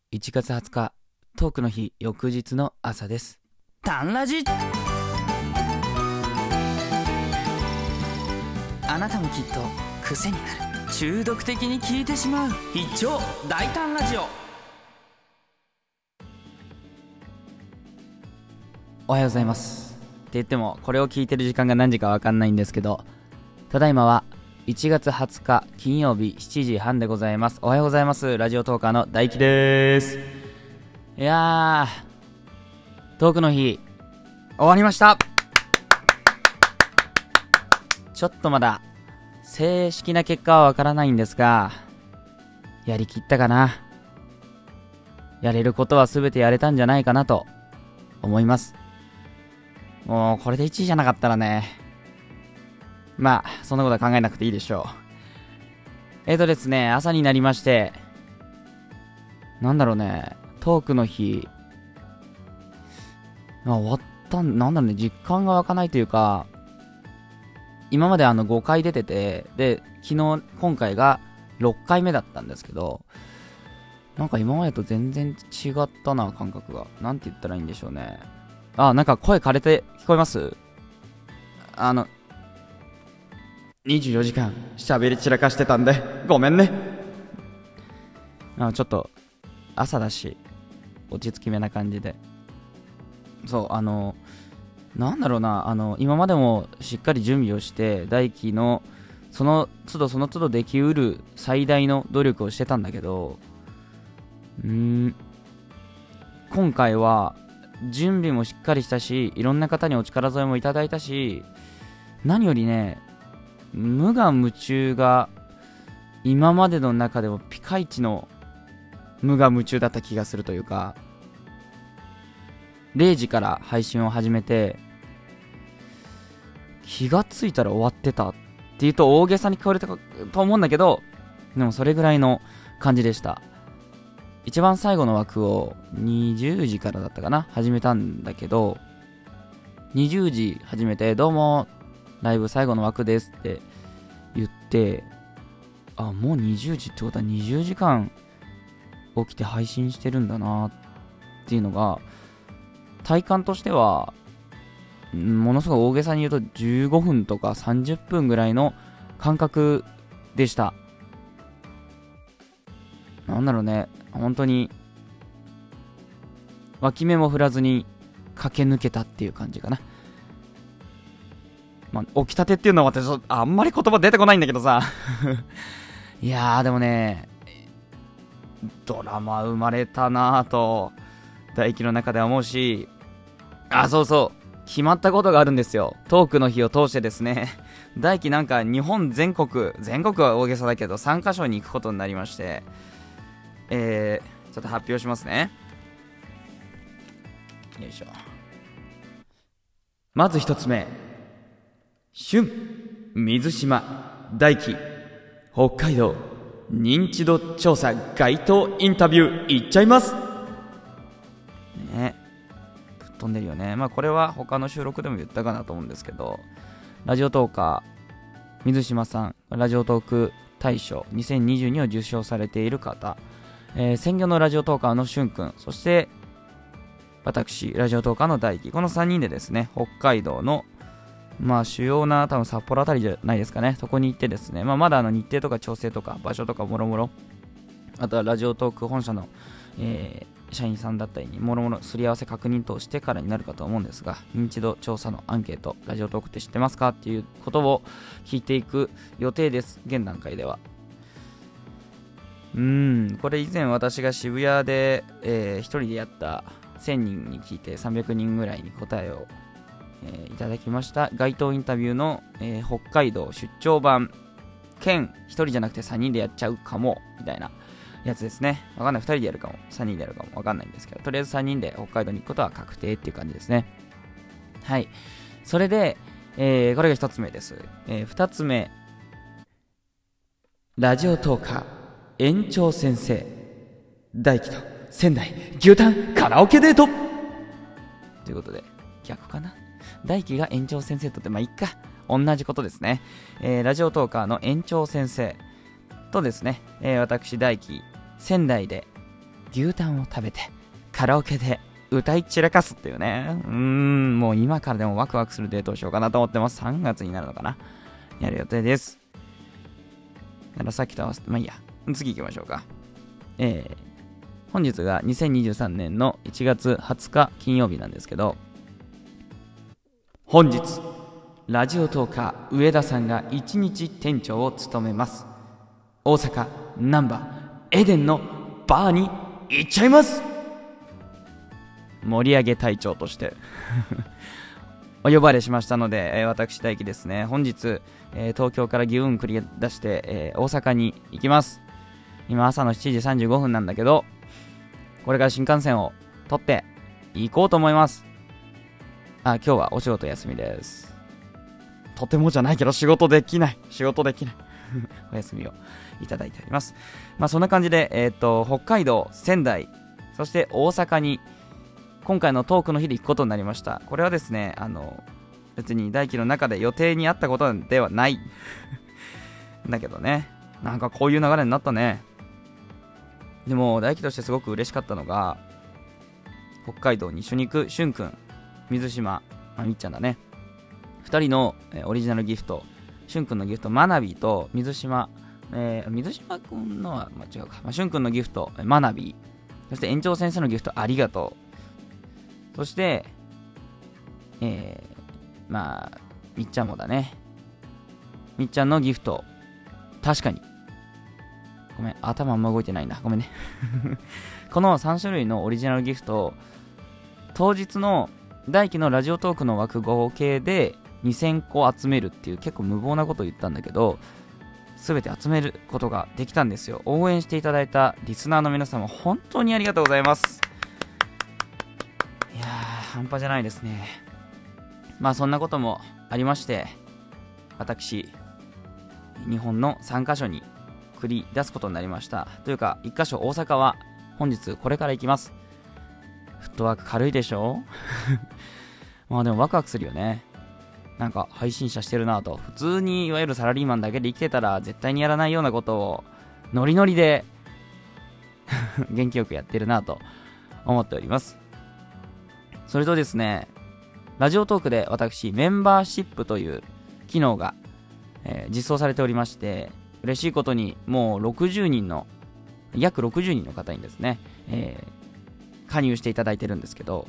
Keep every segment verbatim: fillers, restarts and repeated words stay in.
いちがつはつか、トークの日翌日の朝です。タンラジ。あなたもきっと癖になる、中毒的に聞いてしまう一丁大胆ラジオ。おはようございますって言っても、これを聞いてる時間が何時か分かんないんですけど、ただいまはいちがつはつか金曜日しちじはんでございます。おはようございます。ラジオトーカーの大輝です。いやー、トークの日終わりました。ちょっとまだ正式な結果はわからないんですが、やりきったかな。やれることは全てやれたんじゃないかなと思います。もうこれでいちいじゃなかったらね、まあそんなことは考えなくていいでしょう。えーとですね朝になりまして、なんだろうね、トークの日あ終わったんなんだろうね、実感が湧かないというか、今まであのごかい出てて、で昨日今回がろっかいめだったんですけど、なんか今までと全然違ったな、感覚が。なんて言ったらいいんでしょうね。あ、なんか声枯れて聞こえます？あのにじゅうよじかん喋り散らかしてたんでごめんね。あちょっと朝だし落ち着きめな感じで、そうあのなんだろうな、あの今までもしっかり準備をして大輝のその都度その都度できうる最大の努力をしてたんだけど、うーん今回は準備もしっかりしたし、いろんな方にお力添えもいただいたし、何よりね、無我夢中が今までの中でもピカイチの無我夢中だった気がするというか、れいじから配信を始めて気がついたら終わってたっていうと大げさに聞こえると思うんだけど、でもそれぐらいの感じでした。一番最後の枠をにじゅうじからだったかな始めたんだけど、にじゅうじ始めて、どうもライブ最後の枠ですって言って、あもうにじゅうじってことはにじゅうじかん起きて配信してるんだなっていうのが、体感としてはものすごい大げさに言うとじゅうごふんとかさんじゅっぷんぐらいの感覚でした。なんだろうね、本当に脇目も振らずに駆け抜けたっていう感じかな。まあ、起きたてっていうのは私あんまり言葉出てこないんだけどさいやーでもね、ドラマ生まれたなぁと大輝の中では思うし、あそうそう決まったことがあるんですよ。トークの日を通してですね、大輝なんか日本全国全国は大げさだけどさんかしょに行くことになりまして、えー、ちょっと発表しますね。よいしょ。まず一つ目、春水島大輝北海道認知度調査街頭インタビュー行っちゃいますね。吹っ飛んでるよね。まあこれは他の収録でも言ったかなと思うんですけど、ラジオトーカー水島さん、ラジオトーク大賞にせんにじゅうにを受賞されている方、えー、専業のラジオトーカーのしゅんくん、そして私ラジオトーカーの大輝、このさんにんでですね、北海道のまあ主要な多分札幌あたりじゃないですかね、そこに行ってですね、まあ、まだあの日程とか調整とか場所とかもろもろ、あとはラジオトーク本社の、えー、社員さんだったりにもろもろすり合わせ確認等してからになるかと思うんですが、認知度調査のアンケート、ラジオトークって知ってますかっていうことを聞いていく予定です、現段階では。うーんこれ以前私が渋谷で、えー、一人でやったせんにんに聞いてさんびゃくにんぐらいに答えをえー、いただきました街頭インタビューの、えー、北海道出張版兼ひとりじゃなくてさんにんでやっちゃうかもみたいなやつですね。わかんない、ふたりでやるかもさんにんでやるかもわかんないんですけど、とりあえずさんにんで北海道に行くことは確定っていう感じですね。はい、それで、えー、これがひとつめです、えー、ふたつめ、ラジオトーカー園長先生大輝と仙台牛タンカラオケデートということで、逆かな、大輝が園長先生とってまあいっか、同じことですね。えー、ラジオトーカーの園長先生とですね、えー、私大輝仙台で牛タンを食べてカラオケで歌い散らかすっていうね。うーん、もう今からでもワクワクするデートをしようかなと思ってます。さんがつになるのかな。やる予定です。だからさっきと合わせて、まあいいや。次行きましょうか。えー、本日がにせんにじゅうさんねんのいちがつはつか金曜日なんですけど、本日、ラジオトーカー上田さんが一日店長を務めます。大阪難波エデンのバーに行っちゃいます。盛り上げ隊長としてお呼ばれしましたので、えー、私大輝ですね、本日、えー、東京からギューン繰り出して、えー、大阪に行きます。今朝のしちじさんじゅうごふんなんだけど、これから新幹線を取って行こうと思います。あ、今日はお仕事休みです。とてもじゃないけど仕事できない仕事できないお休みをいただいております。まあそんな感じで、えっと北海道、仙台、そして大阪に今回のトークの日で行くことになりました。これはですね、あの別に大輝の中で予定にあったことではないだけどね、なんかこういう流れになったね。でも大輝としてすごく嬉しかったのが、北海道に一緒に行くしゅんくん、水島、まあ、みっちゃんだね、ふたりの、えー、オリジナルギフト、しゅんくんのギフトマナビと水島、えー、水島くんのは、まあ、違うか、まあ、しゅんくんのギフトマナビ、そして園長先生のギフトありがとう、そして、えー、まあ、みっちゃんもだね。みっちゃんのギフト、確かに。ごめん、頭あんま動いてないんだ。ごめんね。このさんしゅるいのオリジナルギフト、当日の大輝のラジオトークの枠合計でにせんこ集めるっていう結構無謀なことを言ったんだけど、すべて集めることができたんですよ。応援していただいたリスナーの皆様、本当にありがとうございます。いやー、半端じゃないですね。まあそんなこともありまして、私日本のさんかしょに繰り出すことになりました。というかいっかしょ大阪は本日これから行きます。フットワーク軽いでしょまあでもワクワクするよね。なんか配信者してるなと。普通にいわゆるサラリーマンだけで生きてたら絶対にやらないようなことをノリノリで元気よくやってるなと思っております。それとですね、ラジオトークで私メンバーシップという機能が、えー、実装されておりまして、嬉しいことにもうろくじゅうにんの約ろくじゅうにんの方にですね、えー、加入していただいてるんですけど、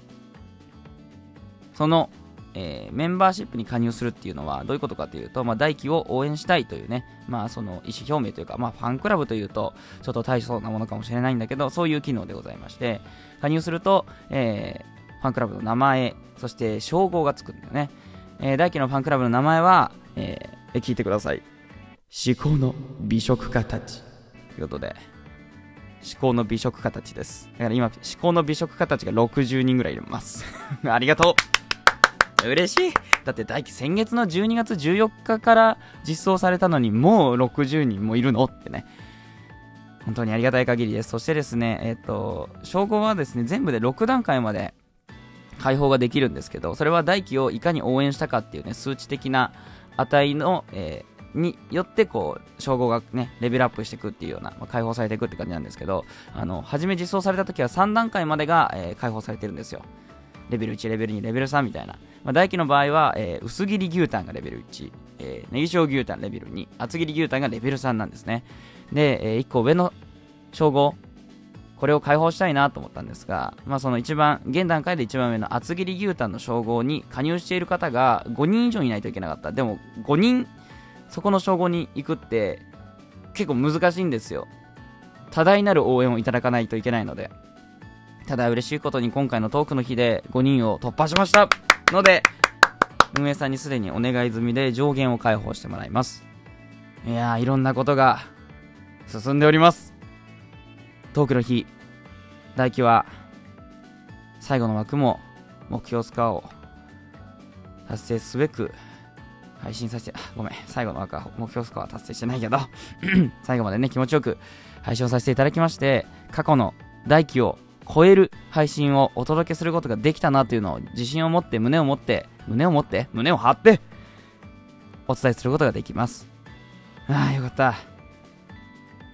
その、えー、メンバーシップに加入するっていうのはどういうことかというと、まあ、大輝を応援したいというね、まあその意思表明というか、まあファンクラブというとちょっと大層なものかもしれないんだけど、そういう機能でございまして、加入すると、えーファンクラブの名前、そして称号がつくんだよね。えー、大輝のファンクラブの名前は、えー、聞いてください。至高の美食家たちということで、至高の美食家たちです。だから今至高の美食家たちがろくじゅうにんぐらいいますありがとう、嬉しい。だって大輝先月のじゅうにがつじゅうよっかから実装されたのにもうろくじゅうにんもいるのってね、本当にありがたい限りです。そしてですね、えっと称号はですね、全部でろくだんかいまで開放ができるんですけど、それは大輝をいかに応援したかっていうね、数値的な値の、えー、によってこう称号がねレベルアップしていくっていうような、まあ、開放されていくって感じなんですけど、あの初め実装された時はさんだんかいまでが、えー、開放されてるんですよ。レベルいち、レベルに、レベルさんみたいな。まあ、大輝の場合は、えー、薄切り牛タンがレベルいち、えー、ネギ塩牛タンレベルに、厚切り牛タンがレベルさんなんですね。で、えー、いっこ上の称号、これを開放したいなと思ったんですが、まあその一番現段階で一番上の厚切り牛タンの称号に加入している方がごにん以上いないといけなかった。でもごにんそこの称号に行くって結構難しいんですよ。多大なる応援をいただかないといけないので。ただ嬉しいことに今回のトークの日でごにんを突破しましたので、運営さんにすでにお願い済みで上限を開放してもらいます。いやー、いろんなことが進んでおります。トークの日、大輝は最後の枠も目標スコアを達成すべく配信させて、あ、ごめん、最後の枠は目標スコアは達成してないけど最後までね気持ちよく配信をさせていただきまして、過去の大輝を超える配信をお届けすることができたなというのを自信を持って胸を持って胸を持って胸を張ってお伝えすることができます。ああ、よかった。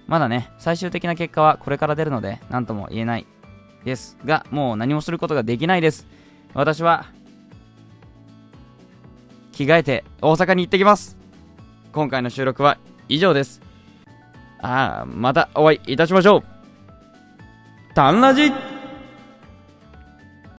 まだね、最終的な結果はこれから出るので、なんとも言えないですが、もう何もすることができないです。私は、着替えて大阪に行ってきます。今回の収録は以上です。ああ、またお会いいたしましょう。タンラジ